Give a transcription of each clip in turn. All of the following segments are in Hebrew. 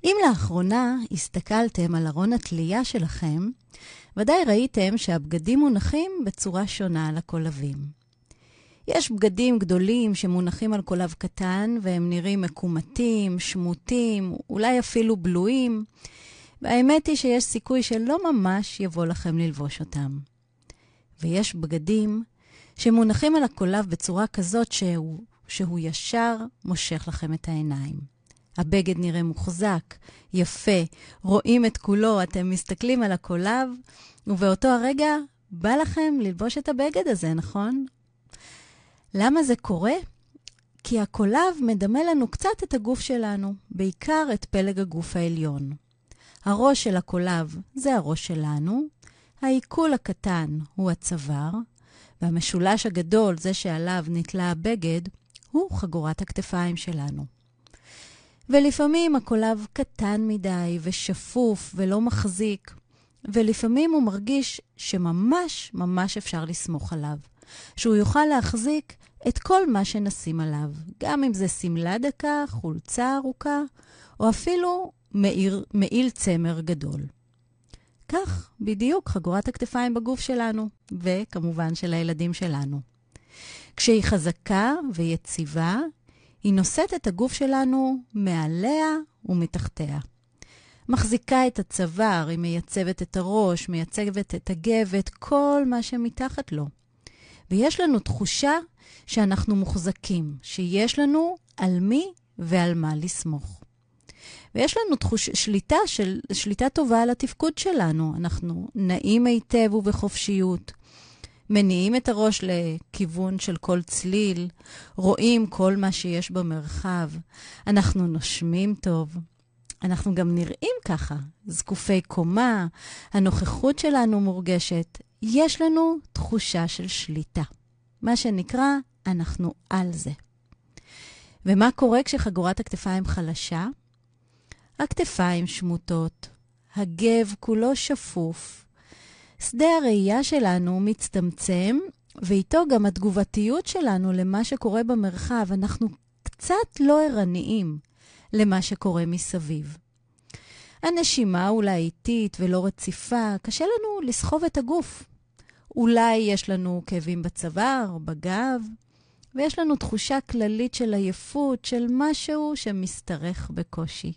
אם לאחרונה הסתכלתם על ארון התלייה שלכם, ודאי ראיתם שהבגדים מונחים בצורה שונה על הקולבים. יש בגדים גדולים שמונחים על קולב קטן, והם נראים מקומטים, שמוטים, אולי אפילו בלויים, והאמת היא שיש סיכוי שלא ממש יבוא לכם ללבוש אותם. ויש בגדים שמונחים על הקולב בצורה כזאת שהוא ישר מושך לכם את העיניים. הבגד נראה מוחזק, יפה, רואים את כולו, אתם מסתכלים על הקולב, ובאותו הרגע בא לכם ללבוש את הבגד הזה, נכון? למה זה קורה? כי הקולב מדמה לנו קצת את הגוף שלנו, בעיקר את פלג הגוף העליון. הראש של הקולב זה הראש שלנו, העיכול הקטן הוא הצוואר, והמשולש הגדול, זה שעליו נתלה הבגד, הוא חגורת הכתפיים שלנו. ולפעמים הקולב קטן מדי ושפוף ולא מחזיק, ולפעמים הוא מרגיש שממש ממש אפשר לסמוך עליו, שהוא יוכל להחזיק את כל מה שנשים עליו, גם אם זה סמלה דקה, חולצה ארוכה, או אפילו מעיל צמר גדול. כך בדיוק חגורת הכתפיים בגוף שלנו, וכמובן של הילדים שלנו. כשהיא חזקה ויציבה, היא נושאת את הגוף שלנו מעליה ומתחתיה. מחזיקה את הצוואר, היא מייצבת את הראש, מייצבת את הגבת, כל מה שמתחת לו. ויש לנו תחושה שאנחנו מוחזקים, שיש לנו על מי ועל מה לסמוך. ויש לנו שליטה טובה על התפקוד שלנו. אנחנו נעים היטב ובחופשיות, מניעים את הראש לכיוון של כל צליל, רואים כל מה שיש במרחב, אנחנו נושמים טוב. אנחנו גם נראים ככה, זקופי קומה, הנוכחות שלנו מורגשת. יש לנו תחושה של שליטה. מה שנקרא, אנחנו על זה. ומה קורה כשחגורת הכתפיים חלשה? הכתפיים שמוטות, הגב כולו שפוף, שדה הראייה שלנו מצטמצם, ואיתו גם התגובתיות שלנו למה שקורה במרחב. אנחנו קצת לא ערניים למה שקורה מסביב. הנשימה אולי איטית ולא רציפה, קשה לנו לסחוב את הגוף. אולי יש לנו כאבים בצוואר, בגב, ויש לנו תחושה כללית של עייפות, של משהו שמסתרך בקושי.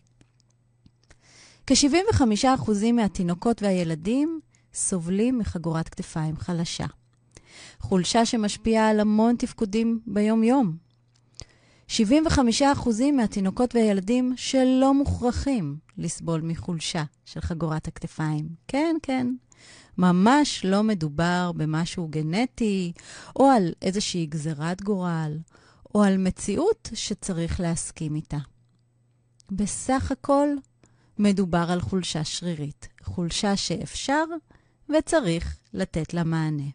כ-75% מהתינוקות והילדים סובלים מחגורת כתפיים חלשה. חולשה שמשפיעה על המון תפקודים ביום-יום. 75% מהתינוקות והילדים שלא מוכרחים לסבול מחולשה של חגורת הכתפיים. כן, כן. ממש לא מדובר במשהו גנטי, או על איזושהי גזירת גורל, או על מציאות שצריך להסכים איתה. בסך הכל מדובר על חולשה שרירית, חולשה שאפשר וצריך לתת לה מענה.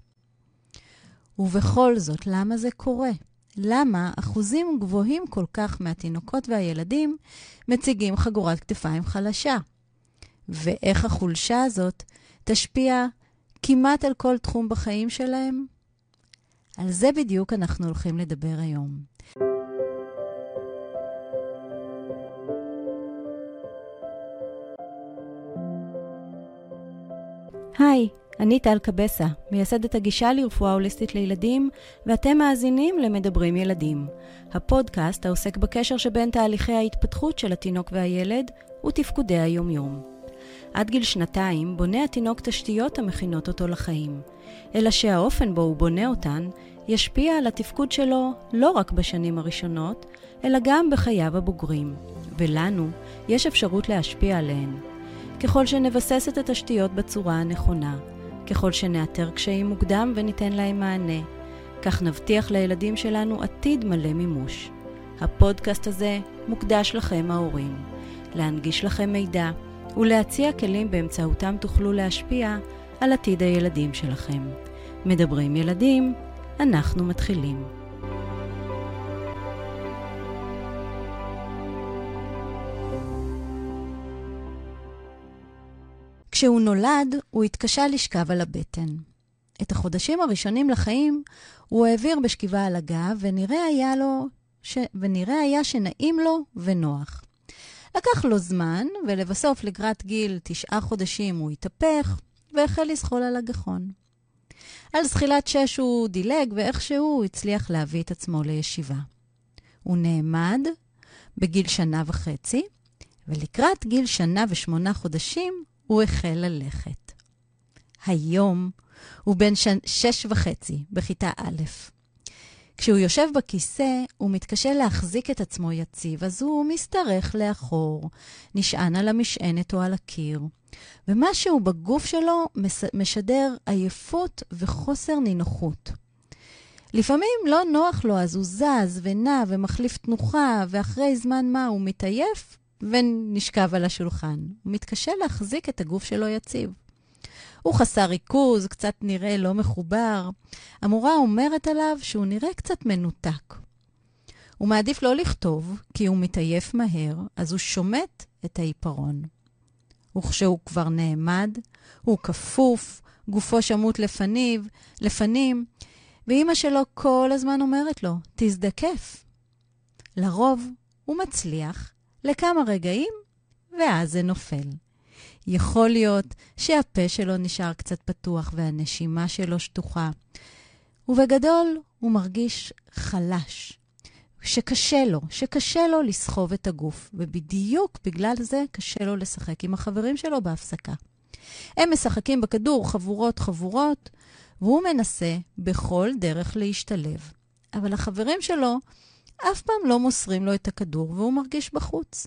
ובכל זאת, למה זה קורה? למה אחוזים גבוהים כל כך מהתינוקות והילדים מציגים חגורת כתפיים חלשה? ואיך החולשה הזאת תשפיע כמעט על כל תחום בחיים שלהם? על זה בדיוק אנחנו הולכים לדבר היום. היי, אני טל קבסה, מייסדת הגישה לרפואה הוליסטית לילדים, ואתם מאזינים למדברים ילדים, הפודקאסט העוסק בקשר שבין תהליכי ההתפתחות של התינוק והילד ותפקודי היומיום. עד גיל 2 בונה התינוק תשתיות המכינות אותו לחיים, אלא שהאופן בו הוא בונה אותן ישפיע על התפקוד שלו לא רק בשנים הראשונות, אלא גם בחייו הבוגרים, ולנו יש אפשרות להשפיע עליהן. ככל שנבסס את התשתיות בצורה הנכונה, ככל שנאתר קשיים מוקדם וניתן להם מענה, כך נבטיח לילדים שלנו עתיד מלא מימוש. הפודקאסט הזה מוקדש לכם ההורים, להנגיש לכם מידע ולהציע כלים באמצעותם תוכלו להשפיע על עתיד הילדים שלכם. מדברים ילדים, אנחנו מתחילים. כשהוא נולד, הוא התקשה לשכב על הבטן. את החודשים הראשונים לחיים הוא העביר בשכיבה על הגב, ונראה היה שנעים לו ונוח. לקח לו זמן, ולבסוף לקראת גיל 9 חודשים הוא התהפך, והחל לזחול על הגחון. על זחילת 6 הוא דילג, ואיכשהו הוא הצליח להביא את עצמו לישיבה. הוא נעמד בגיל 1.5 שנה, ולקראת גיל 1 ו8 חודשים הוא החל ללכת. היום הוא בן 6.5 בכיתה א'. כשהוא יושב בכיסא, הוא מתקשה להחזיק את עצמו יציב, אז הוא מסתרך לאחור, נשען על המשענת או על הקיר. ומשהו בגוף שלו משדר עייפות וחוסר נינוחות. לפעמים לא נוח לו, אז הוא זז ונע ומחליף תנוחה, ואחרי זמן מה הוא מתעייף ונשכב על השולחן. הוא מתקשה להחזיק את הגוף שלו יציב. הוא חסר ריכוז, קצת נראה לא מחובר. המורה אומרת עליו שהוא נראה קצת מנותק. הוא מעדיף לא לכתוב, כי הוא מתעייף מהר, אז הוא שומט את העיפרון. וכשהוא כבר נעמד, הוא כפוף, גופו שמות לפנים, ואמא שלו כל הזמן אומרת לו, תזדקף. לרוב הוא מצליח לכמה רגעים, ואז זה נופל. יכול להיות שהפה שלו נשאר קצת פתוח והנשימה שלו שטוחה. ובגדול הוא מרגיש חלש, שקשה לו לסחוב את הגוף, ובדיוק בגלל זה קשה לו לשחק עם החברים שלו בהפסקה. הם משחקים בכדור חבורות, והוא מנסה בכל דרך להשתלב. אבל החברים שלו אף פעם לא מוסרים לו את הכדור, והוא מרגיש בחוץ.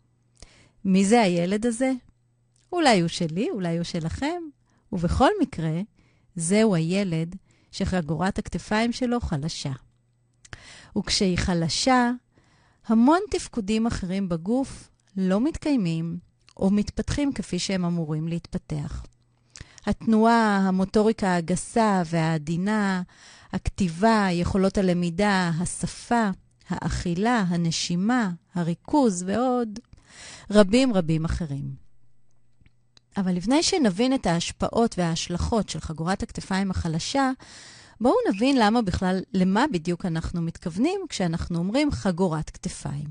מי זה הילד הזה? אולי הוא שלי, אולי הוא שלכם. ובכל מקרה, זהו הילד שחגורת הכתפיים שלו חלשה. וכשהיא חלשה, המון תפקודים אחרים בגוף לא מתקיימים או מתפתחים כפי שהם אמורים להתפתח. התנועה, המוטוריקה הגסה והעדינה, הכתיבה, יכולות הלמידה, השפה, האכילה, הנשימה, הריכוז ועוד רבים אחרים. אבל לפני שנבין את ההשפעות וההשלכות של חגורת הכתפיים החלשה, בואו נבין למה בדיוק אנחנו מתכוונים כשאנחנו אומרים חגורת כתפיים.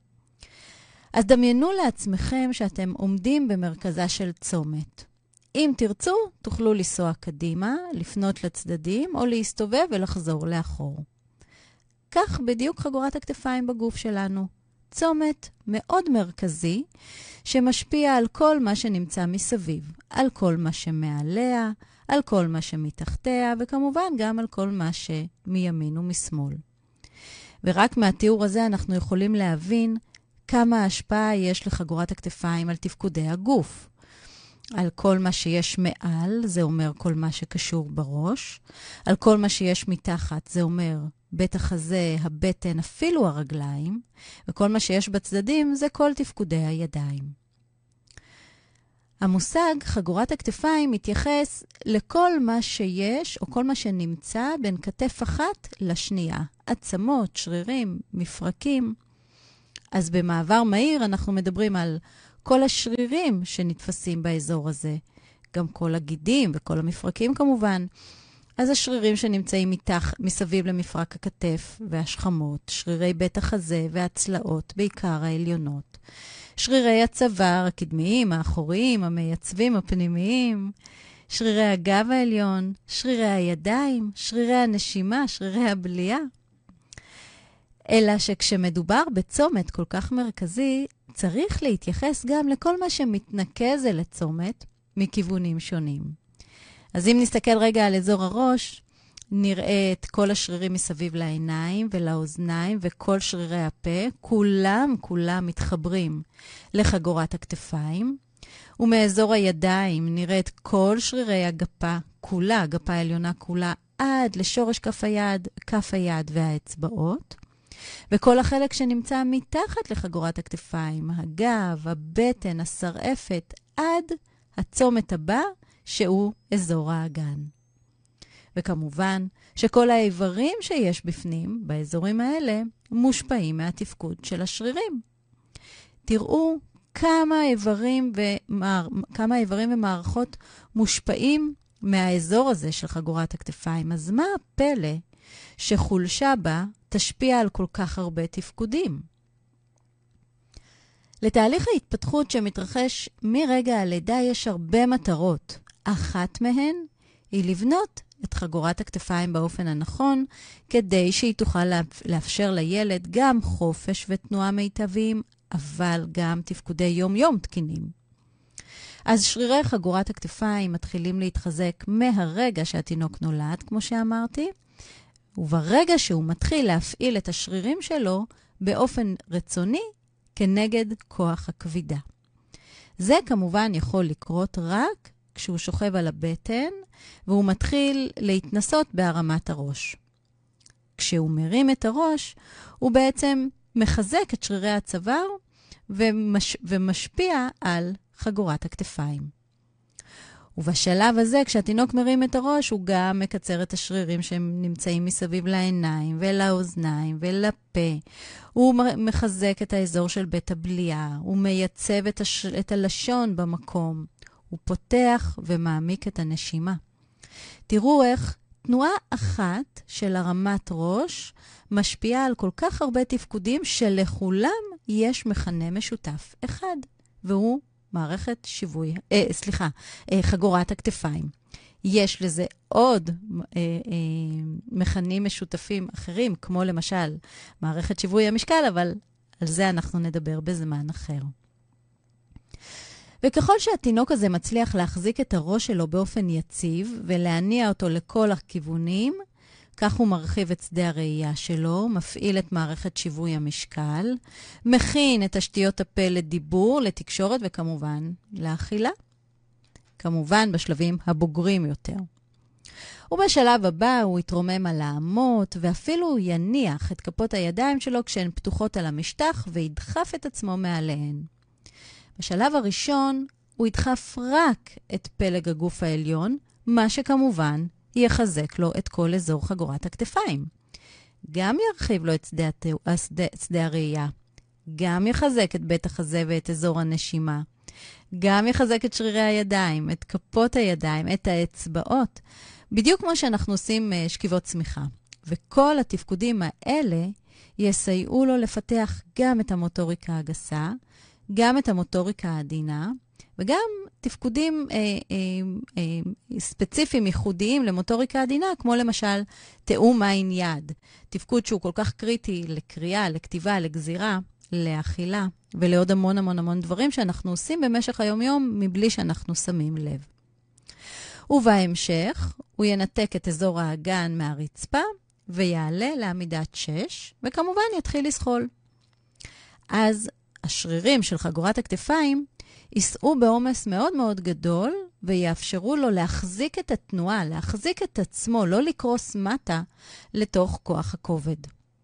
אז דמיינו לעצמכם שאתם עומדים במרכזה של צומת. אם תרצו, תוכלו לנסוע קדימה, לפנות לצדדים, או להסתובב ולחזור לאחור. כך בדיוק חגורת הכתפיים בגוף שלנו. צומת מאוד מרכזי, שמשפיע על כל מה שנמצא מסביב, על כל מה שמעליה, על כל מה שמתחתיה, וכמובן גם על כל מה שמימין ומשמאל. ורק מהתיאור הזה אנחנו יכולים להבין כמה השפעה יש לחגורת הכתפיים על תפקודי הגוף. על כל מה שיש מעל, זה אומר כל מה שקשור בראש. על כל מה שיש מתחת, זה אומר בית החזה, הבטן, אפילו הרגליים. וכל מה שיש בצדדים, זה כל תפקודי הידיים. המושג חגורת הכתפיים מתייחס לכל מה שיש או כל מה שנמצא בין כתף אחת לשנייה. עצמות, שרירים, מפרקים. אז במעבר מהיר אנחנו מדברים על כל השרירים שנתפסים באזור הזה. גם כל הגידים וכל המפרקים כמובן. אז השרירים שנמצאים מסביב למפרק הכתף והשכמות, שרירי בית החזה והצלעות, בעיקר העליונות. שרירי הצוואר, הקדמיים, האחוריים, המייצבים, הפנימיים, שרירי הגב העליון, שרירי הידיים, שרירי הנשימה, שרירי הבליעה. אלא שכשמדובר בצומת כל כך מרכזי, צריך להתייחס גם לכל מה שמתנקז אל הצומת מכיוונים שונים. אז אם נסתכל רגע על אזור הראש, נראה את כל השרירים מסביב לעיניים ולאוזניים וכל שרירי הפה, כולם מתחברים לחגורת הכתפיים. ומאזור הידיים נראה את כל שרירי הגפה, כולה, הגפה העליונה כולה, עד לשורש כף היד והאצבעות. וכל החלק שנמצא מתחת לחגורת הכתפיים, הגב, הבטן, השרעפת, עד הצומת הבא, שהוא אזור האגן. וכמובן שכל האיברים שיש בפנים, באזורים האלה, מושפעים מהתפקוד של השרירים. תראו כמה איברים ומערכות מושפעים מהאזור הזה של חגורת הכתפיים. אז מה הפלא שחולשה בה תשפיע על כל כך הרבה תפקודים? לתהליך ההתפתחות שמתרחש מרגע הלידה יש הרבה מטרות. אחת מהן היא לבנות את חגורת הכתפיים באופן הנכון, כדי שהיא תוכל לאפשר לילד גם חופש ותנועה מיטביים, אבל גם תפקודי יום-יום תקינים. אז שרירי חגורת הכתפיים מתחילים להתחזק מהרגע שהתינוק נולד, כמו שאמרתי, וברגע שהוא מתחיל להפעיל את השרירים שלו באופן רצוני כנגד כוח הכבידה. זה כמובן יכול לקרות רק כשהוא שוכב על הבטן והוא מתחיל להתנסות בהרמת הראש. כשהוא מרים את הראש, הוא בעצם מחזק את שרירי הצוואר ומשפיע על חגורת הכתפיים. ובשלב הזה, כשהתינוק מרים את הראש, הוא גם מקצר את השרירים שהם נמצאים מסביב לעיניים ולאוזניים ולפה. הוא מחזק את האזור של בית הבליעה, הוא מייצב את הלשון במקום. הוא פותח ומעמיק את הנשימה. תראו איך תנועה אחת של הרמת ראש משפיעה על כל כך הרבה תפקודים שלכולם יש מכנה משותף אחד, והוא מערכת חגורת הכתפיים. יש לזה עוד מכנים משותפים אחרים, כמו למשל מערכת שיווי המשקל, אבל על זה אנחנו נדבר בזמן אחר. וככל שהתינוק הזה מצליח להחזיק את הראש שלו באופן יציב ולהניע אותו לכל הכיוונים, כך הוא מרחיב את שדה הראייה שלו, מפעיל את מערכת שיווי המשקל, מכין את תשתיות הפה לדיבור, לתקשורת וכמובן לאכילה. כמובן בשלבים הבוגרים יותר. ובשלב הבא הוא יתרומם על האמות ואפילו הוא יניח את כפות הידיים שלו כשהן פתוחות על המשטח וידחף את עצמו מעליהן. בשלב הראשון הוא ידחף רק את פלג הגוף העליון, מה שכמובן יחזק לו את כל אזור חגורת הכתפיים. גם ירחיב לו את שדה הראייה, גם יחזק את בית החזה ואת אזור הנשימה, גם יחזק את שרירי הידיים, את כפות הידיים, את האצבעות, בדיוק כמו שאנחנו עושים שכיבות צמיחה. וכל התפקודים האלה יסייעו לו לפתח גם את המוטוריקה הגסה, גם את המוטוריקה העדינה, וגם תפקודים ספציפיים ייחודיים למוטוריקה עדינה, כמו למשל תאום עין יד. תפקוד שהוא כל כך קריטי לקריאה, לכתיבה, לגזירה, לאכילה, ולעוד המון המון המון דברים שאנחנו עושים במשך היום-יום מבלי שאנחנו שמים לב. ובהמשך הוא ינתק את אזור האגן מהרצפה ויעלה לעמידת 6, וכמובן יתחיל לסחול. אז השרירים של חגורת הכתפיים יישאו בעומס מאוד מאוד גדול ויאפשרו לו להחזיק את התנועה, להחזיק את עצמו, לא לקרוס מטה לתוך כוח הכובד.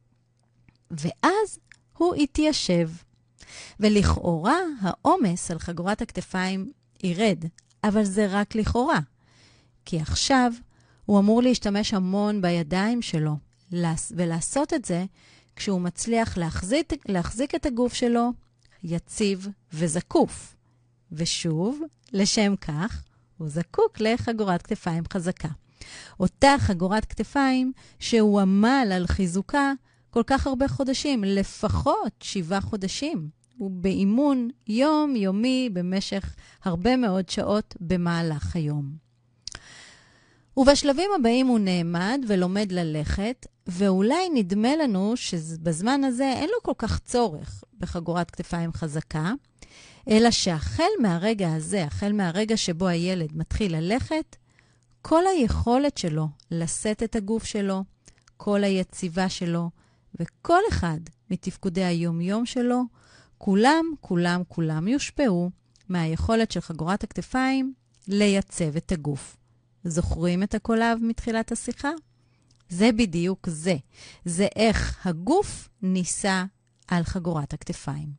ואז הוא יתיישב. ולכאורה העומס על חגורת הכתפיים ירד, אבל זה רק לכאורה. כי עכשיו הוא אמור להשתמש המון בידיים שלו, ולעשות את זה כשהוא מצליח להחזיק את הגוף שלו יציב וזקוף. ושוב, לשם כך, הוא זקוק לחגורת כתפיים חזקה. אותה חגורת כתפיים שהוא עמל על חיזוקה כל כך הרבה חודשים, לפחות 7 חודשים. הוא באימון יומי במשך הרבה מאוד שעות במהלך היום. ובשלבים הבאים הוא נעמד ולומד ללכת, ואולי נדמה לנו שבזמן הזה אין לו כל כך צורך בחגורת כתפיים חזקה, אלא שהחל מהרגע הזה, החל מהרגע שבו הילד מתחיל ללכת, כל היכולת שלו לשאת את הגוף שלו, כל היציבה שלו, וכל אחד מתפקודי היום-יום שלו, כולם יושפעו מהיכולת של חגורת הכתפיים לייצב את הגוף. זוכרים את הקולב מתחילת השיחה? זה בדיוק זה. זה איך הגוף ניסה על חגורת הכתפיים.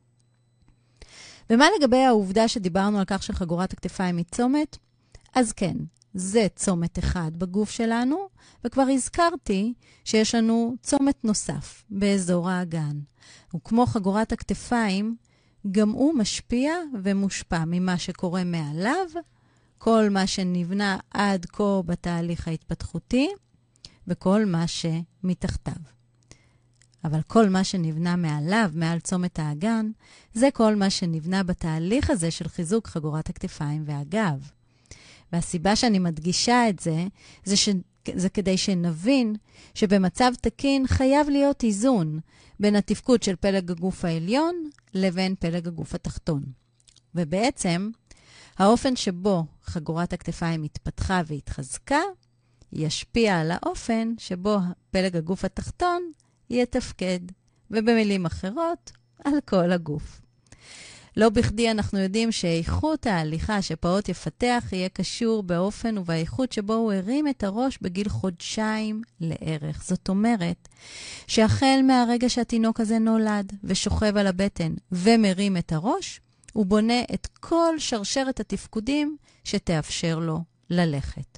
ומה לגבי העובדה שדיברנו על כך שחגורת הכתפיים היא צומת? אז כן, זה צומת אחד בגוף שלנו, וכבר הזכרתי שיש לנו צומת נוסף באזור האגן. וכמו חגורת הכתפיים, גם הוא משפיע ומושפע ממה שקורה מעליו, כל מה שנבנה עד כה בתהליך ההתפתחותי, וכל מה שמתחתיו. אבל כל מה שנבנה מעליו, מעל צומת האגן, זה כל מה שנבנה בתהליך הזה של חיזוק חגורת הכתפיים והגב. והסיבה שאני מדגישה את זה, זה כדי שנבין שבמצב תקין חייב להיות איזון בין התפקוד של פלג הגוף העליון לבין פלג הגוף התחתון. ובעצם, האופן שבו חגורת הכתפיים התפתחה והתחזקה, ישפיע על האופן שבו פלג הגוף התחתון יתפקד, ובמילים אחרות, על כל הגוף. לא בכדי אנחנו יודעים שאיכות ההליכה שפעוט יפתח יהיה קשור באופן ובאיכות שבו הוא הרים את הראש בגיל חודשיים לערך. זאת אומרת שהחל מהרגע שהתינוק הזה נולד ושוכב על הבטן ומרים את הראש, הוא בונה את כל שרשרת התפקודים שתאפשר לו ללכת.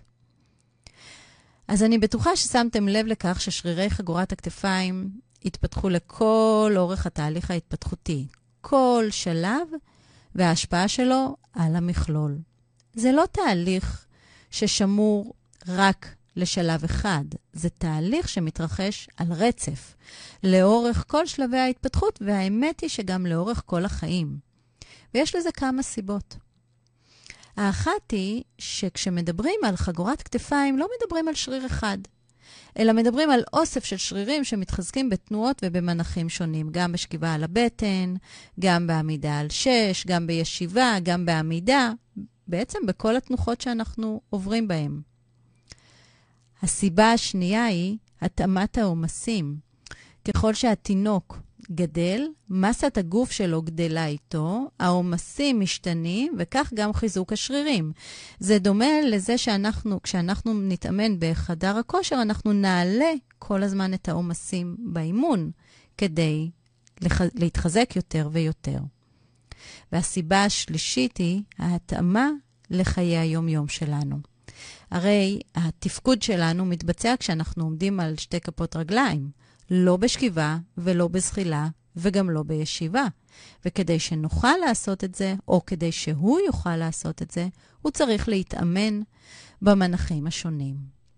אז אני בטוחה ששמתם לב לכך ששרירי חגורת הכתפיים התפתחו לכל אורך התהליך ההתפתחותי. כל שלב וההשפעה שלו על המכלול. זה לא תהליך ששמור רק לשלב אחד. זה תהליך שמתרחש על רצף, לאורך כל שלבי ההתפתחות, והאמת היא שגם לאורך כל החיים. ויש לזה כמה סיבות. האחת היא שכשמדברים על חגורת כתפיים, לא מדברים על שריר אחד, אלא מדברים על אוסף של שרירים שמתחזקים בתנועות ובמנחים שונים, גם בשכיבה על הבטן, גם בעמידה על 6, גם בישיבה, גם בעמידה, בעצם בכל התנוחות שאנחנו עוברים בהם. הסיבה השנייה היא התאמת העומסים. ככל שהתינוק גדל, מסת הגוף שלו גדלה איתו, העומסים משתנים, וכך גם חיזוק השרירים. זה דומה לזה כשאנחנו נתאמן בחדר הכושר, אנחנו נעלה כל הזמן את העומסים באימון, כדי להתחזק יותר ויותר. והסיבה השלישית היא ההתאמה לחיי היום-יום שלנו. הרי התפקוד שלנו מתבצע כשאנחנו עומדים על שתי כפות רגליים, לא בשכיבה ולא בזחילה וגם לא בישיבה. וכדי שנוכל לעשות את זה, או כדי שהוא יוכל לעשות את זה, הוא צריך להתאמן במנחים השונים.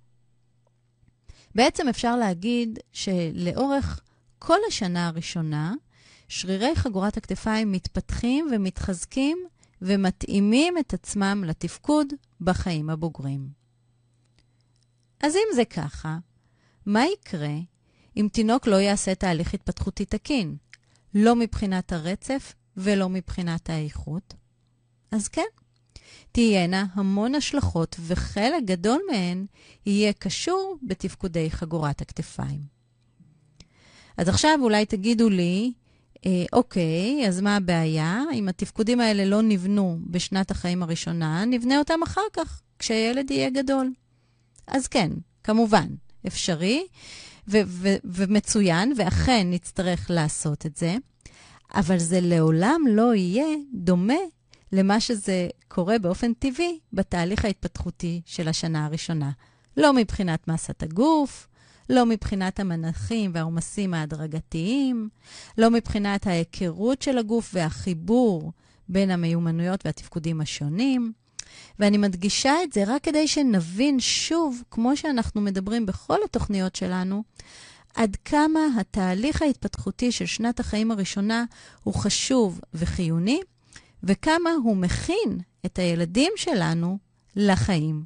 בעצם אפשר להגיד שלאורך כל השנה הראשונה, שרירי חגורת הכתפיים מתפתחים ומתחזקים ומתאימים את עצמם לתפקוד בחיים הבוגרים. אז אם זה ככה, מה יקרה אם תינוק לא יעשה תהליך התפתחותי תקין? לא מבחינת הרצף ולא מבחינת האיכות? אז כן, תהיינה המון השלכות וחלק גדול מהן יהיה קשור בתפקודי חגורת הכתפיים. אז עכשיו אולי תגידו לי, אוקיי, אז מה הבעיה? אם התפקודים האלה לא נבנו בשנת החיים הראשונה, נבנה אותם אחר כך, כשהילד יהיה גדול. אז כן, כמובן, אפשרי ומצוין, ואכן נצטרך לעשות את זה, אבל זה לעולם לא יהיה דומה למה שזה קורה באופן טבעי בתהליך ההתפתחותי של השנה הראשונה. לא מבחינת מסת הגוף, לא מבחינת המנחים והעומסים ההדרגתיים, לא מבחינת ההיכרות של הגוף והחיבור בין המיומנויות והתפקודים השונים. ואני מדגישה את זה רק כדי שנבין שוב, כמו שאנחנו מדברים בכל התוכניות שלנו, עד כמה התהליך ההתפתחותי של שנת החיים הראשונה הוא חשוב וחיוני, וכמה הוא מכין את הילדים שלנו לחיים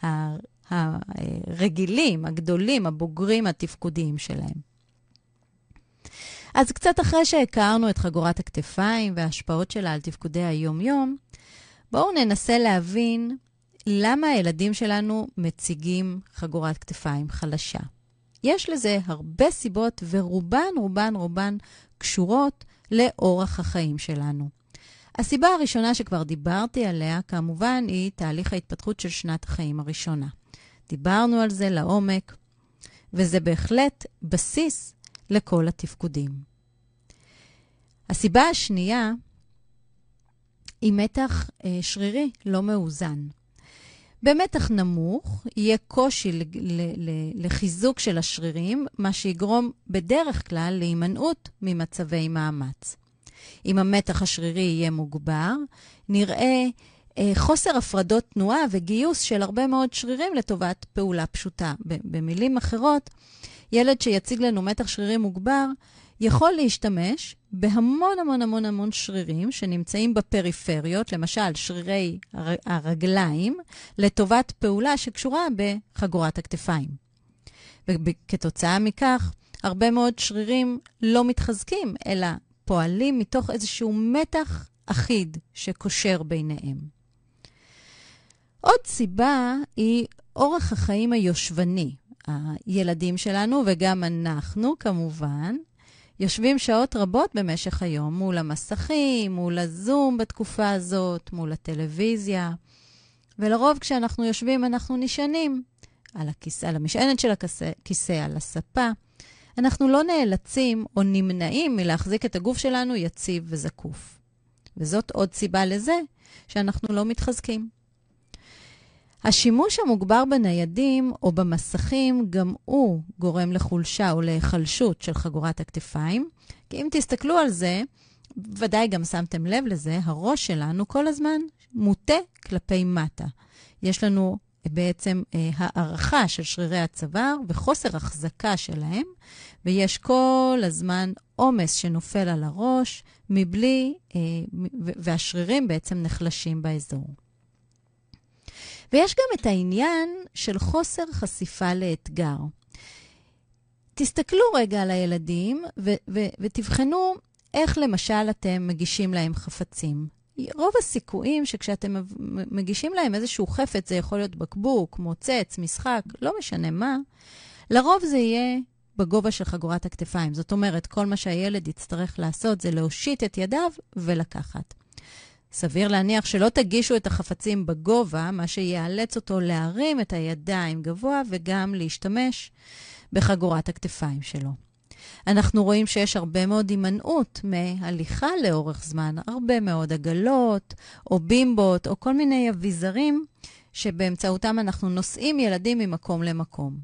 הרגילים, הגדולים, הבוגרים, התפקודיים שלהם. אז קצת אחרי שהכרנו את חגורת הכתפיים וההשפעות שלה על תפקודי היום-יום, בואו ננסה להבין למה הילדים שלנו מציגים חגורת כתפיים חלשה. יש לזה הרבה סיבות ורובן קשורות לאורח החיים שלנו. הסיבה הראשונה שכבר דיברתי עליה, כמובן, היא תהליך ההתפתחות של שנת החיים הראשונה. דיברנו על זה לעומק, וזה בהחלט בסיס לכל התפקודים. הסיבה השנייה היא מתח שרירי לא מאוזן. במתח נמוך יהיה קושי לחיזוק של השרירים, מה שיגרום בדרך כלל להימנעות ממצבי מאמץ. אם המתח השרירי יהיה מוגבר, נראה חוסר הפרדות תנועה וגיוס של הרבה מאוד שרירים לטובת פעולה פשוטה. במילים אחרות, ילד שיציג לנו מתח שרירי מוגבר, יכול להשתמש בהמון המון המון המון שרירים שנמצאים בפריפריות, למשל שרירי הרגליים, לטובת פעולה שקשורה בחגורת הכתפיים. וכתוצאה מכך, הרבה מאוד שרירים לא מתחזקים, אלא פועלים מתוך איזשהו מתח אחיד שקושר ביניהם. עוד סיבה היא אורח החיים היושבני. הילדים שלנו וגם אנחנו כמובן, יושבים שעות רבות במשך היום מול המסכים, מול הזום בתקופה הזאת, מול הטלוויזיה. ולרוב כשאנחנו יושבים אנחנו נשענים על הכיסא, על המשענת של הכיסא, על הספה. אנחנו לא נאלצים או נמנעים מלהחזיק את הגוף שלנו יציב וזקוף. וזאת עוד סיבה לזה שאנחנו לא מתחזקים. השימוש המוגבר בניידים או במסכים גם הוא גורם לחולשה או להיחלשות של חגורת הכתפיים. כי אם תסתכלו על זה, ודאי גם שמתם לב לזה, הראש שלנו כל הזמן מוטה כלפי מטה. יש לנו בעצם הערכה של שרירי הצוואר וחוסר החזקה שלהם, ויש כל הזמן עומס שנופל על הראש, והשרירים בעצם נחלשים באזור. ויש גם את העניין של חוסר חשיפה לאתגר. תסתכלו רגע על הילדים ותבחנו איך למשל אתם מגישים להם חפצים. רוב הסיכויים שכשאתם מגישים להם איזשהו חפץ, זה יכול להיות בקבוק, מוצץ, משחק, לא משנה מה, לרוב זה יהיה בגובה של חגורת הכתפיים. זאת אומרת, כל מה שהילד יצטרך לעשות זה להושיט את ידיו ולקחת. סביר להניח שלא תגישו את החפצים בגובה, מה שיאלץ אותו להרים את הידיים גבוה וגם להשתמש בחגורת הכתפיים שלו. אנחנו רואים שיש הרבה מאוד הימנעות מהליכה לאורך זמן, הרבה מאוד עגלות או בימבות או כל מיני אביזרים שבאמצעותם אנחנו נוסעים ילדים ממקום למקום.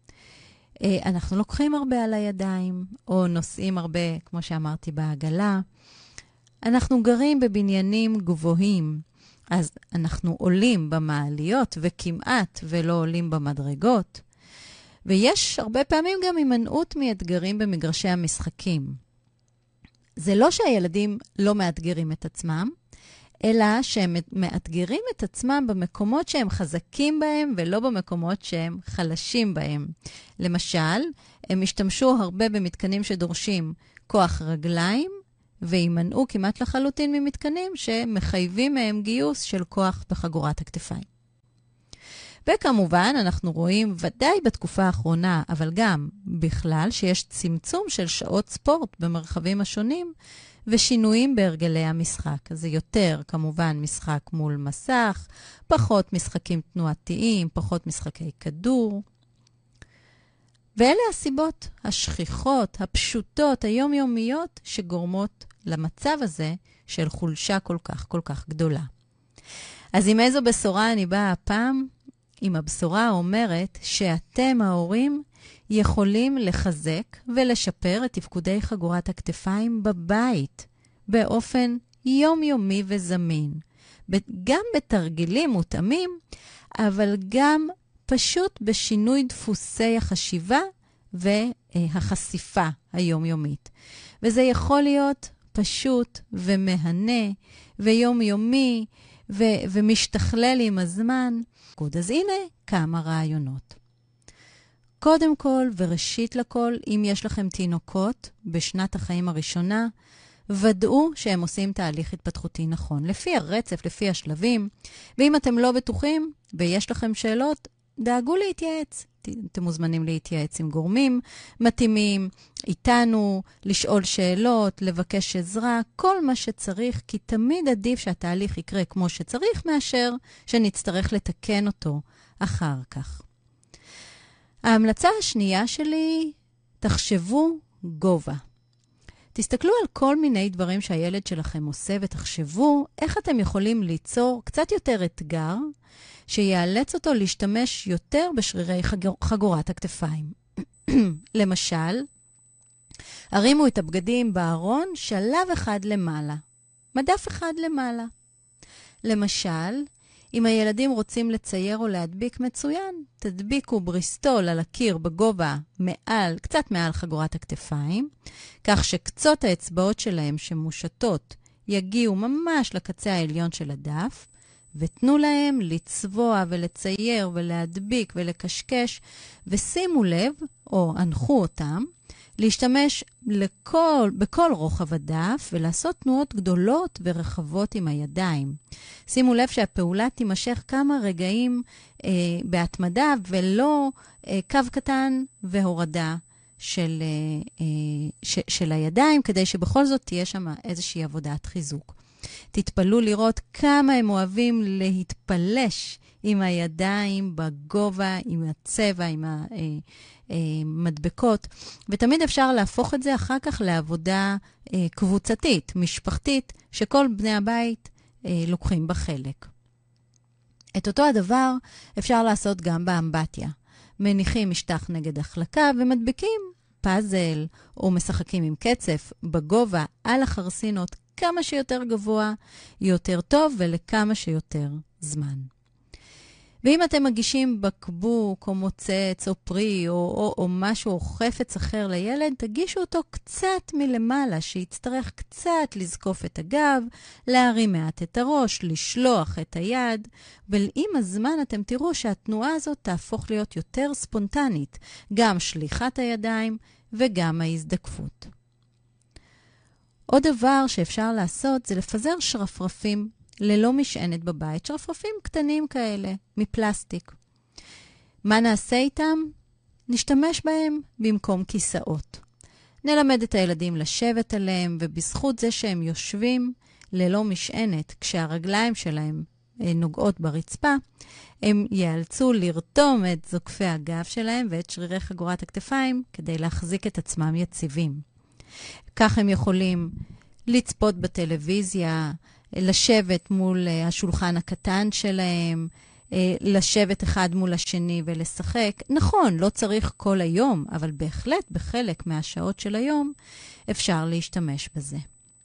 אנחנו לוקחים הרבה על הידיים או נוסעים הרבה, כמו שאמרתי, בעגלה. אנחנו גרים בבניינים גבוהים, אז אנחנו עולים במעליות וכמעט ולא עולים במדרגות. ויש הרבה פעמים גם הימנעות מאתגרים במגרשי המשחקים. זה לא שהילדים לא מאתגרים את עצמם, אלא שהם מאתגרים את עצמם במקומות שהם חזקים בהם ולא במקומות שהם חלשים בהם. למשל, הם השתמשו הרבה במתקנים שדורשים כוח רגליים, וימנעו כמעט לחלוטין ממתקנים שמחייבים מהם גיוס של כוח בחגורת הכתפיים. וכמובן, אנחנו רואים ודאי בתקופה האחרונה, אבל גם בכלל, שיש צמצום של שעות ספורט במרחבים השונים, ושינויים בהרגלי המשחק. אז זה יותר, כמובן, משחק מול מסך, פחות משחקים תנועתיים, פחות משחקי כדור. ואלה הסיבות השכיחות, הפשוטות, היומיומיות, שגורמות למצב הזה של חולשה כל כך גדולה. אז עם איזו בשורה אני באה הפעם? עם הבשורה האומרת שאתם ההורים יכולים לחזק ולשפר את תפקודי חגורת הכתפיים בבית, באופן יומיומי וזמין. גם בתרגילים מותאמים, אבל גם פשוט בשינוי דפוסי החשיבה והחשיפה היומיומית. וזה יכול להיות פשוט ומהנה ויומיומי ומשתכלל עם הזמן. אז הנה כמה רעיונות. קודם כל וראשית לכל, אם יש לכם תינוקות בשנת החיים הראשונה, ודאו שהם עושים תהליך התפתחותי נכון, לפי הרצף, לפי השלבים. ואם אתם לא בטוחים ויש לכם שאלות, דאגו להתייעץ. אתם מוזמנים להתייעץ עם גורמים מתאימים, איתנו, לשאול שאלות, לבקש עזרה, כל מה שצריך, כי תמיד עדיף שהתהליך יקרה כמו שצריך, מאשר שנצטרך לתקן אותו אחר כך. ההמלצה השנייה שלי, תחשבו גובה. תסתכלו על כל מיני דברים שהילד שלכם עושה, ותחשבו איך אתם יכולים ליצור קצת יותר אתגר, שיאלץ אותו להשתמש יותר בשרירי חגורת הכתפיים. למשל, הרימו את הבגדים בארון שלב אחד למעלה, מדף אחד למעלה. למשל, אם הילדים רוצים לצייר או להדביק מצוין, תדביקו בריסטול על הקיר בגובה קצת מעל חגורת הכתפיים, כך שקצות האצבעות שלהם שמושטות יגיעו ממש לקצה העליון של הדף, ותנו להם לצבוע ולצייר ולהדביק ולקשקש, ושימו לב, או אנחו אותם, להשתמש בכל רוחב הדף ולעשות תנועות גדולות ורחבות עם הידיים. שימו לב שהפעולה תימשך כמה רגעים בהתמדה ולא קו קטן והורדה של הידיים, כדי שבכל זאת תהיה שם איזושהי עבודת חיזוק. תתפלאו לראות כמה הם אוהבים להתפלש עם הידיים בגובה, עם הצבע, עם המדבקות, ותמיד אפשר להפוך את זה אחר כך לעבודה קבוצתית, משפחתית, שכל בני הבית לוקחים בה חלק. את אותו הדבר אפשר לעשות גם באמבטיה. מניחים משטח נגד החלקה ומדביקים פאזל או משחקים עם קצף בגובה על החרסינות, כמה שיותר גבוה, יותר טוב ולכמה שיותר זמן. ואם אתם מגישים בקבוק או מוצץ או פרי או משהו או חפץ אחר לילד, תגישו אותו קצת מלמעלה, שיצטרך קצת לזקוף את הגב, להרים מעט את הראש, לשלוח את היד, ועם הזמן אתם תראו שהתנועה הזאת תהפוך להיות יותר ספונטנית, גם שליחת הידיים וגם ההזדקפות. עוד דבר שאפשר לעשות זה לפזר שרפרפים ללא משענת בבית, שרפרפים קטנים כאלה, מפלסטיק. מה נעשה איתם? נשתמש בהם במקום כיסאות. נלמד את הילדים לשבת עליהם, ובזכות זה שהם יושבים ללא משענת, כשהרגליים שלהם נוגעות ברצפה, הם ייאלצו לרתום את זוקפי הגב שלהם ואת שרירי חגורת הכתפיים כדי להחזיק את עצמם יציבים. כך הם יכולים לצפות בטלוויזיה, לשבת מול השולחן הקטן שלהם, לשבת אחד מול השני ולשחק. נכון, לא צריך כל היום, אבל בהחלט בחלק מהשעות של היום אפשר להשתמש בזה.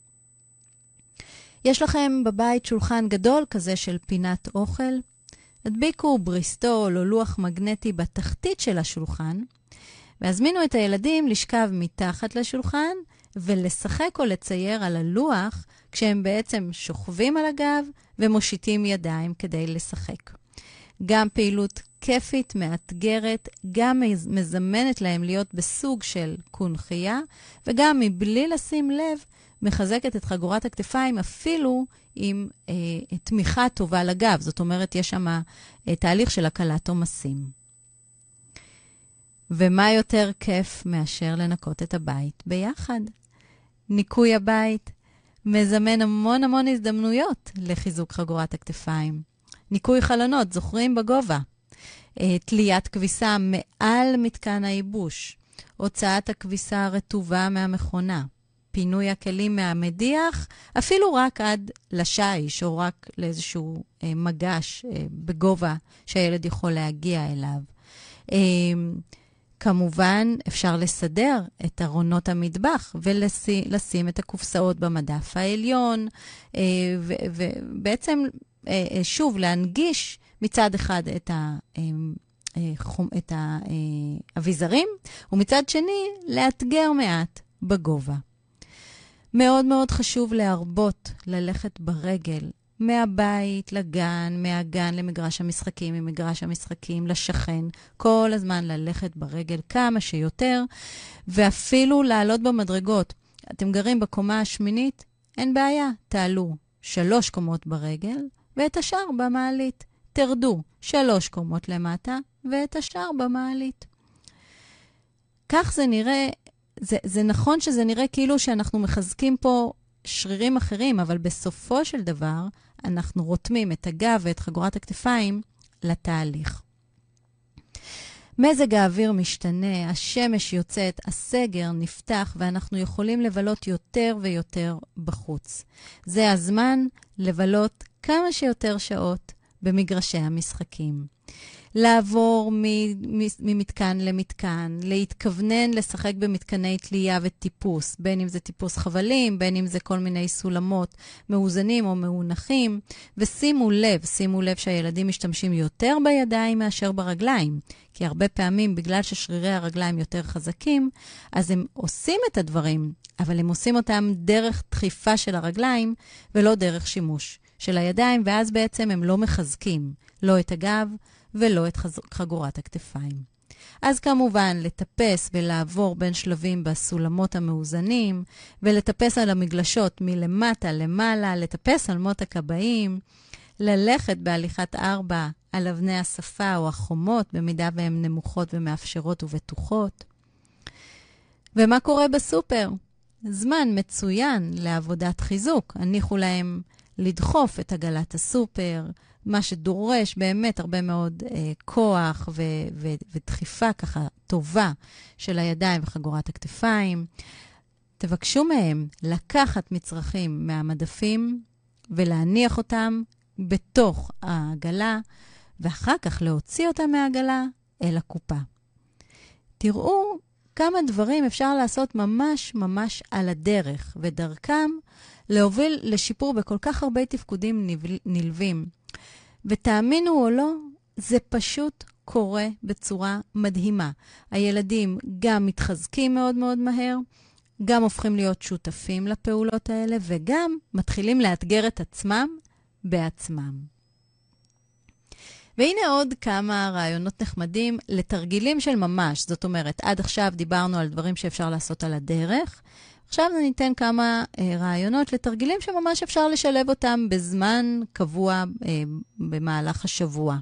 יש לכם בבית שולחן גדול כזה של פינת אוכל. הדביקו בריסטול או לוח מגנטי בתחתית של השולחן, והזמינו את הילדים לשכב מתחת לשולחן ולשחק או לצייר על הלוח כשהם בעצם שוכבים על הגב ומושיטים ידיים כדי לשחק. גם פעילות כיפית, מאתגרת, גם מזמנת להם להיות בסוג של קונחייה, וגם מבלי לשים לב, מחזקת את חגורת הכתפיים אפילו עם תמיכה טובה לגב. זאת אומרת, יש שם תהליך של הקלת עומסים. ומה יותר כיף מאשר לנקות את הבית ביחד? ניקוי הבית מזמן המון הזדמנויות לחיזוק חגורת הכתפיים. ניקוי חלונות, זוכרים בגובה. תליית כביסה מעל מתקן הייבוש. הוצאת הכביסה הרטובה מהמכונה. פינוי הכלים מהמדיח, אפילו רק עד לשיש או רק לאיזשהו מגש בגובה שהילד יכול להגיע אליו. כמובן, אפשר לסדר את ארונות המטבח ולשים את הקופסאות במדף העליון, ובעצם שוב להנגיש מצד אחד את האביזרים, ומצד שני לאתגר מעט בגובה. מאוד חשוב להרבות ללכת ברגל מהבית לגן, מהגן למגרש המשחקים, ממגרש המשחקים לשכן, כל הזמן ללכת ברגל כמה שיותר, ואפילו לעלות במדרגות. אתם גרים בקומה השמינית, אין בעיה, תעלו 3 קומות ברגל, ואת השאר במעלית. תרדו 3 קומות למטה, ואת השאר במעלית. כך זה נראה, זה נכון שזה נראה כאילו שאנחנו מחזקים פה שרירים אחרים, אבל בסופו של דבר אנחנו רותמים את הגב ואת חגורת הכתפיים לתהליך. מזג האוויר משתנה, השמש יוצאת, הסגר נפתח, ואנחנו יכולים לבלות יותר ויותר בחוץ. זה הזמן לבלות כמה שיותר שעות במגרשי המשחקים. לעבור ממתקן למתקן, להתכוונן לשחק במתקני תלייה וטיפוס, בין אם זה טיפוס חבלים, בין אם זה כל מיני סולמות מאוזנים או מאונחים, ושימו לב שהילדים משתמשים יותר בידיים מאשר ברגליים, כי הרבה פעמים בגלל ששרירי הרגליים יותר חזקים, אז הם עושים את הדברים, אבל הם עושים אותם דרך דחיפה של הרגליים, ולא דרך שימוש של הידיים, ואז בעצם הם לא מחזקים, לא את הגב, ולא את חגורת הכתפיים. אז כמובן, לטפס ולעבור בין שלבים בסולמות המאוזנים, ולטפס על המגלשות מלמטה למעלה, לטפס על מות הקבעים, ללכת בהליכת 4 על אבני השפה או החומות, במידה והן נמוכות ומאפשרות ובטוחות. ומה קורה בסופר? זמן מצוין לעבודת חיזוק. הניחו להם לדחוף את עגלת הסופר, מה שדורש באמת הרבה מאוד כוח ודחיפה ככה טובה של הידיים וחגורת הכתפיים. תבקשו מהם לקחת מצרכים מהמדפים ולהניח אותם בתוך העגלה, ואחר כך להוציא אותם מהעגלה אל הקופה. תראו כמה דברים אפשר לעשות ממש ממש על הדרך, ודרכם להוביל לשיפור בכל כך הרבה תפקודים נלווים. ותאמינו או לא, זה פשוט קורה בצורה מדהימה. הילדים גם מתחזקים מאוד מאוד מהר, גם הופכים להיות שותפים לפעולות האלה, וגם מתחילים לאתגר את עצמם בעצמם. והנה עוד כמה רעיונות נחמדים לתרגילים של ממש. זאת אומרת, עד עכשיו דיברנו על דברים שאפשר לעשות על הדרך, עכשיו ניתן כמה רעיונות לתרגילים שממש אפשר לשלב אותם בזמן קבוע במהלך השבוע.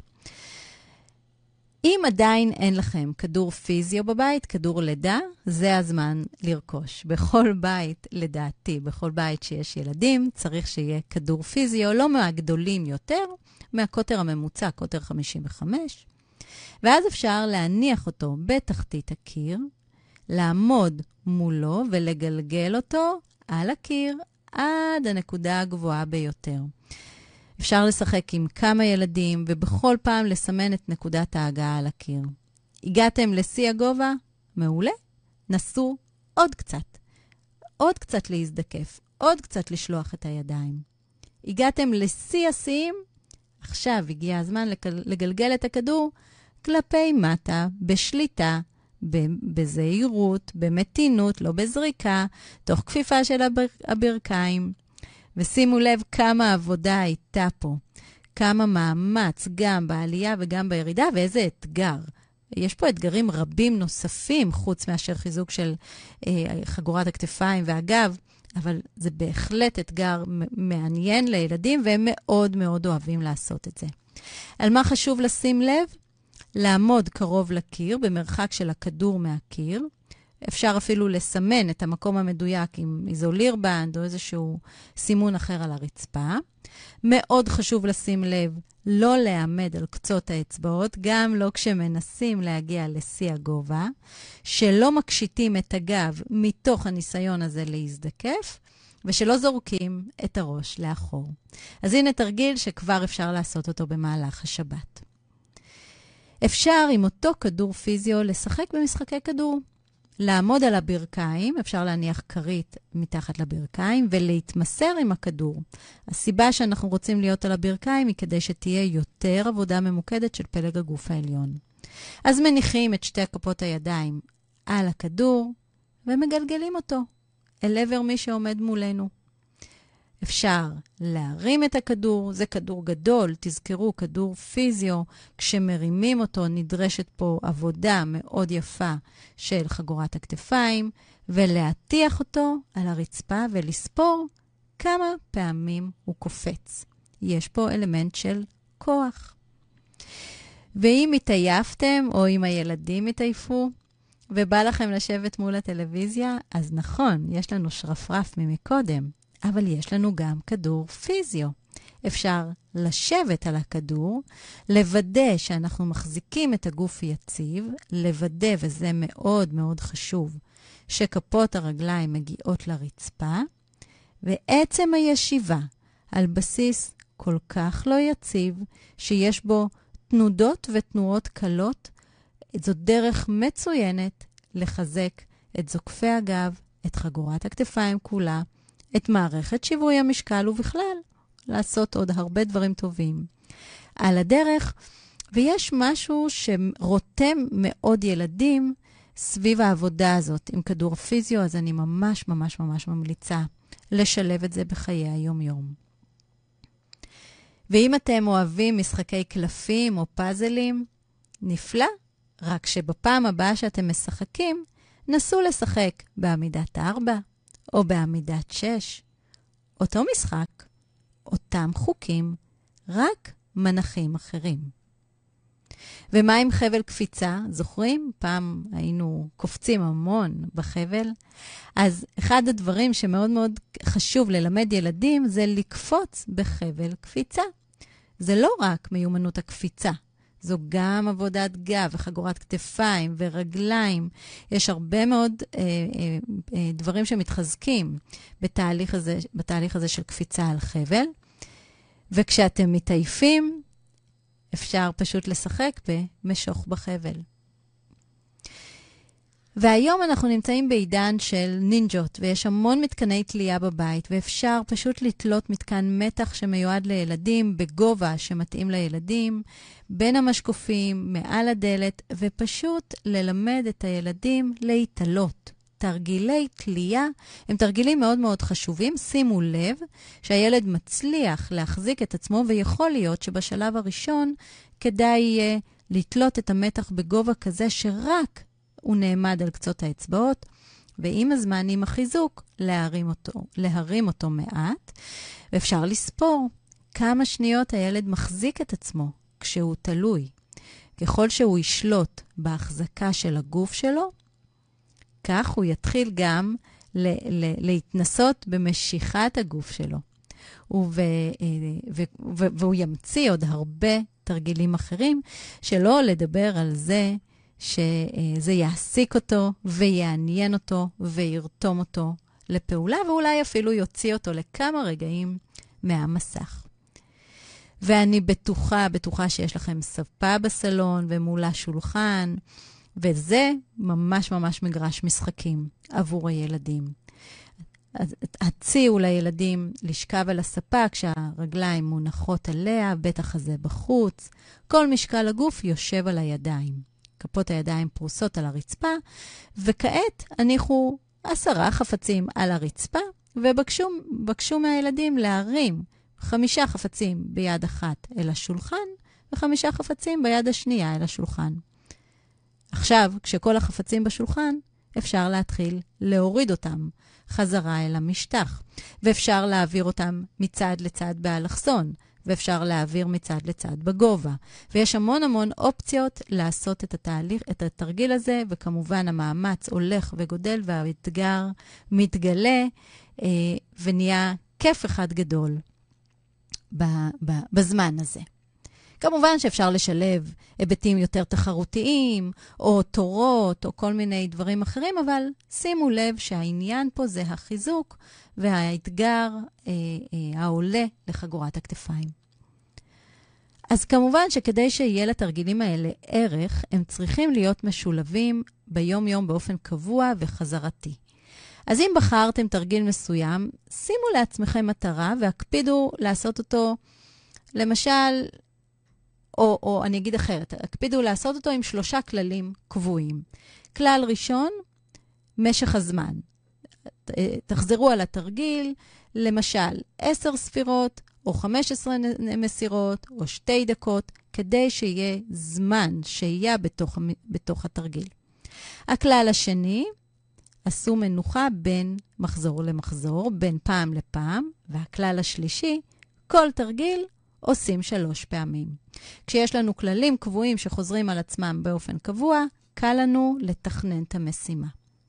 אם עדיין אין לכם כדור פיזיו בבית, כדור לידה, זה הזמן לרכוש. בכל בית, לדעתי, בכל בית שיש ילדים, צריך שיהיה כדור פיזיו, לא מהגדולים יותר, מהקוטר הממוצע, קוטר 55. ואז אפשר להניח אותו בתחתית הקיר, לעמוד מולו ולגלגל אותו על הקיר עד הנקודה הגבוהה ביותר. אפשר לשחק עם כמה ילדים ובכל פעם לסמן את נקודת ההגעה על הקיר. הגעתם לשיא הגובה? מעולה. נסו עוד קצת. עוד קצת להזדקף. עוד קצת לשלוח את הידיים. הגעתם לשיא השיאים? עכשיו הגיע הזמן לגלגל את הכדור כלפי מטה, בשליטה, בזהירות, במתינות, לא בזריקה, תוך כפיפה של הברכיים. ושימו לב כמה עבודה הייתה פה, כמה מאמץ גם בעלייה וגם בירידה, ואיזה אתגר. יש פה אתגרים רבים נוספים, חוץ מאשר חיזוק של חגורת הכתפיים והגב, אבל זה בהחלט אתגר מעניין לילדים, והם מאוד מאוד אוהבים לעשות את זה. על מה חשוב לשים לב? לעמוד קרוב לקיר, במרחק של הכדור מהקיר. אפשר אפילו לסמן את המקום המדויק עם איזוליר בנד או איזשהו סימון אחר על הרצפה. מאוד חשוב לשים לב לא לעמד על קצות האצבעות, גם לא כשמנסים להגיע לשיא הגובה, שלא מקשיטים את הגב מתוך הניסיון הזה להזדקף, ושלא זורקים את הראש לאחור. אז הנה תרגיל שכבר אפשר לעשות אותו במהלך השבת. אפשר עם אותו כדור פיזיו לשחק במשחקי כדור. לעמוד על הברכיים, אפשר להניח כרית מתחת לברכיים ולהתמסר עם הכדור. הסיבה שאנחנו רוצים להיות על הברכיים היא כדי שתהיה יותר עבודה ממוקדת של פלג הגוף העליון. אז מניחים את שתי כפות הידיים על הכדור ומגלגלים אותו אל עבר מי שעומד מולנו. אפשר להרים את הכדור, זה כדור גדול, תזכרו, כדור פיזיו, כשמרימים אותו נדרשת פה עבודה מאוד יפה של חגורת הכתפיים, ולהטיח אותו על הרצפה ולספור כמה פעמים הוא קופץ. יש פה אלמנט של כוח. ואם התעייפתם או אם הילדים התעייפו, ובא לכם לשבת מול הטלוויזיה, אז נכון, יש לנו שרפרף ממקודם. אבל יש לנו גם כדור פיזיו. אפשר לשבת על הכדור, לוודא שאנחנו מחזיקים את הגוף יציב, לוודא, וזה מאוד מאוד חשוב, שכפות הרגליים מגיעות לרצפה, ועצם הישיבה על בסיס כל כך לא יציב, שיש בו תנודות ותנועות קלות, זו דרך מצוינת לחזק את זוקפי הגב, את חגורת הכתפיים כולה, את מערכת שיווי המשקל ובכלל לעשות עוד הרבה דברים טובים. על הדרך, ויש משהו שרותם מאוד ילדים סביב העבודה הזאת עם כדור פיזיו, אז אני ממש ממש ממש ממליצה לשלב את זה בחיי היום-יום. ואם אתם אוהבים משחקי קלפים או פאזלים, נפלא, רק שבפעם הבאה שאתם משחקים, נסו לשחק בעמידת 4 או בעמידת 6. אותו משחק, אותם חוקים, רק מנחים אחרים. ומה עם חבל קפיצה? זוכרים? פעם היינו קופצים המון בחבל. אז אחד הדברים שמאוד מאוד חשוב ללמד ילדים זה לקפוץ בחבל קפיצה. זה לא רק מיומנות הקפיצה, זו גם עבודת גב וחגורת כתפיים ורגליים. יש הרבה מאוד דברים שמתחזקים בתהליך הזה של קפיצה על חבל. וכשאתם מתעייפים, אפשר פשוט לשחק במשוך בחבל. והיום אנחנו נמצאים בעידן של נינג'ות, ויש המון מתקני תלייה בבית, ואפשר פשוט לתלות מתקן מתח שמיועד לילדים, בגובה שמתאים לילדים, בין המשקופים, מעל הדלת, ופשוט ללמד את הילדים להתעלות. תרגילי תלייה הם תרגילים מאוד מאוד חשובים. שימו לב שהילד מצליח להחזיק את עצמו, ויכול להיות שבשלב הראשון כדאי לתלות את המתח בגובה כזה שרק הוא נעמד על קצות האצבעות, ועם הזמן, עם החיזוק, להרים אותו מעט. ואפשר לספור כמה שניות הילד מחזיק את עצמו כשהוא תלוי. ככל שהוא ישלוט בהחזקה של הגוף שלו, כך הוא יתחיל גם להתנסות במשיכת הגוף שלו. והוא ימציא עוד הרבה תרגילים אחרים, שלא לדבר על זה שזה יעסיק אותו ויעניין אותו וירתום אותו לפעולה, ואולי אפילו יוציא אותו לכמה רגעים מהמסך. ואני בטוחה שיש לכם ספה בסלון ומולה שולחן, וזה ממש ממש מגרש משחקים עבור הילדים. אז הציעו לילדים לשכב על הספה כשהרגליים מונחות עליה, בטח הזה בחוץ. כל משקל הגוף יושב על הידיים. כפות הידיים פרוסות על הרצפה, וכעת הניחו 10 חפצים על הרצפה, ובקשו מהילדים להרים 5 חפצים ביד אחת אל השולחן, ו5 חפצים ביד השנייה אל השולחן. עכשיו, כשכל החפצים בשולחן, אפשר להתחיל להוריד אותם חזרה אל המשטח, ואפשר להעביר אותם מצד לצד באלכסון, ואפשר להעביר מצד לצד בגובה. ויש המון המון אופציות לעשות את התרגיל הזה, וכמובן המאמץ הולך וגודל, והאתגר מתגלה, ונהיה כיף אחד גדול בזמן הזה. כמובן שאפשר לשלב היבטים יותר תחרותיים, או תורות, או כל מיני דברים אחרים, אבל שימו לב שהעניין פה זה החיזוק, והאתגר העולה לחגורת הכתפיים. אז כמובן שכדי שיהיה לתרגילים האלה ערך, הם צריכים להיות משולבים ביום-יום באופן קבוע וחזרתי. אז אם בחרתם תרגיל מסוים, שימו לעצמכם מטרה והקפידו לעשות אותו, למשל, או אני אגיד אחרת, הקפידו לעשות אותו עם 3 כללים קבועים. כלל ראשון, משך הזמן. תחזרו על התרגיל, למשל 10 ספירות, או 15 מסירות, או 2 דקות, כדי שיהיה זמן שיהיה בתוך התרגיל. הכלל השני, עשו מנוחה בין מחזור למחזור, בין פעם לפעם, והכלל השלישי, כל תרגיל עושים 3 פעמים. כשיש לנו כללים קבועים שחוזרים על עצמם באופן קבוע, קל לנו לתכנן את המשימה.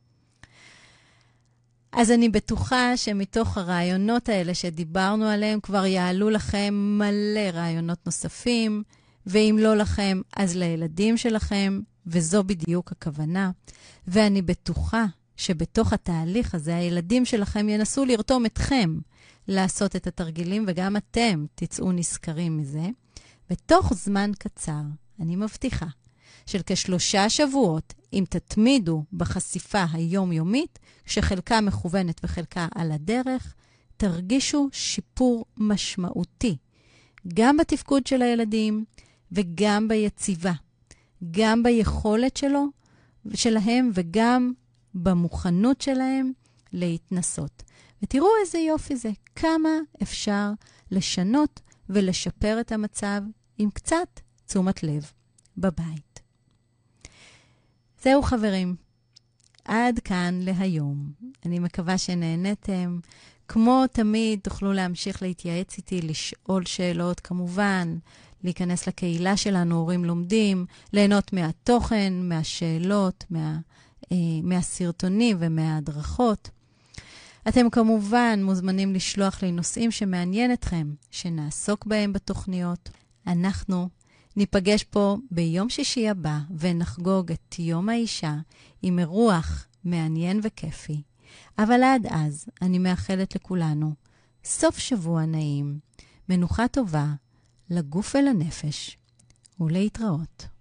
אז אני בטוחה שמתוך הרעיונות האלה שדיברנו עליהם, כבר יעלו לכם מלא רעיונות נוספים, ואם לא לכם, אז לילדים שלכם, וזו בדיוק הכוונה. ואני בטוחה שבתוך התהליך הזה, הילדים שלכם ינסו לרתום אתכם לעשות את התרגילים, וגם אתם תצאו נזכרים מזה. בתוך זמן קצר, אני מבטיחה, של כ3 שבועות, אם תתמידו בחשיפה היומיומית, שחלקה מכוונת וחלקה על הדרך, תרגישו שיפור משמעותי, גם בתפקוד של הילדים וגם ביציבה, גם ביכולת שלהם וגם במוכנות שלהם להתנסות. ותראו איזה יופי זה, כמה אפשר לשנות ולשפר את המצב עם קצת תשומת לב בבית. זהו חברים, עד כאן להיום. אני מקווה שנהנתם. כמו תמיד תוכלו להמשיך להתייעץ איתי, לשאול שאלות כמובן, להיכנס לקהילה שלנו, הורים לומדים, ליהנות מהתוכן, מהשאלות, מהסרטונים ומההדרכות. אתם כמובן מוזמנים לשלוח לי נושאים שמעניין אתכם, שנעסוק בהם בתוכניות. אנחנו ניפגש פה ביום שישי הבא ונחגוג את יום האישה עם אירוח מעניין וכיפי. אבל עד אז אני מאחלת לכולנו סוף שבוע נעים, מנוחה טובה לגוף ולנפש, ולהתראות.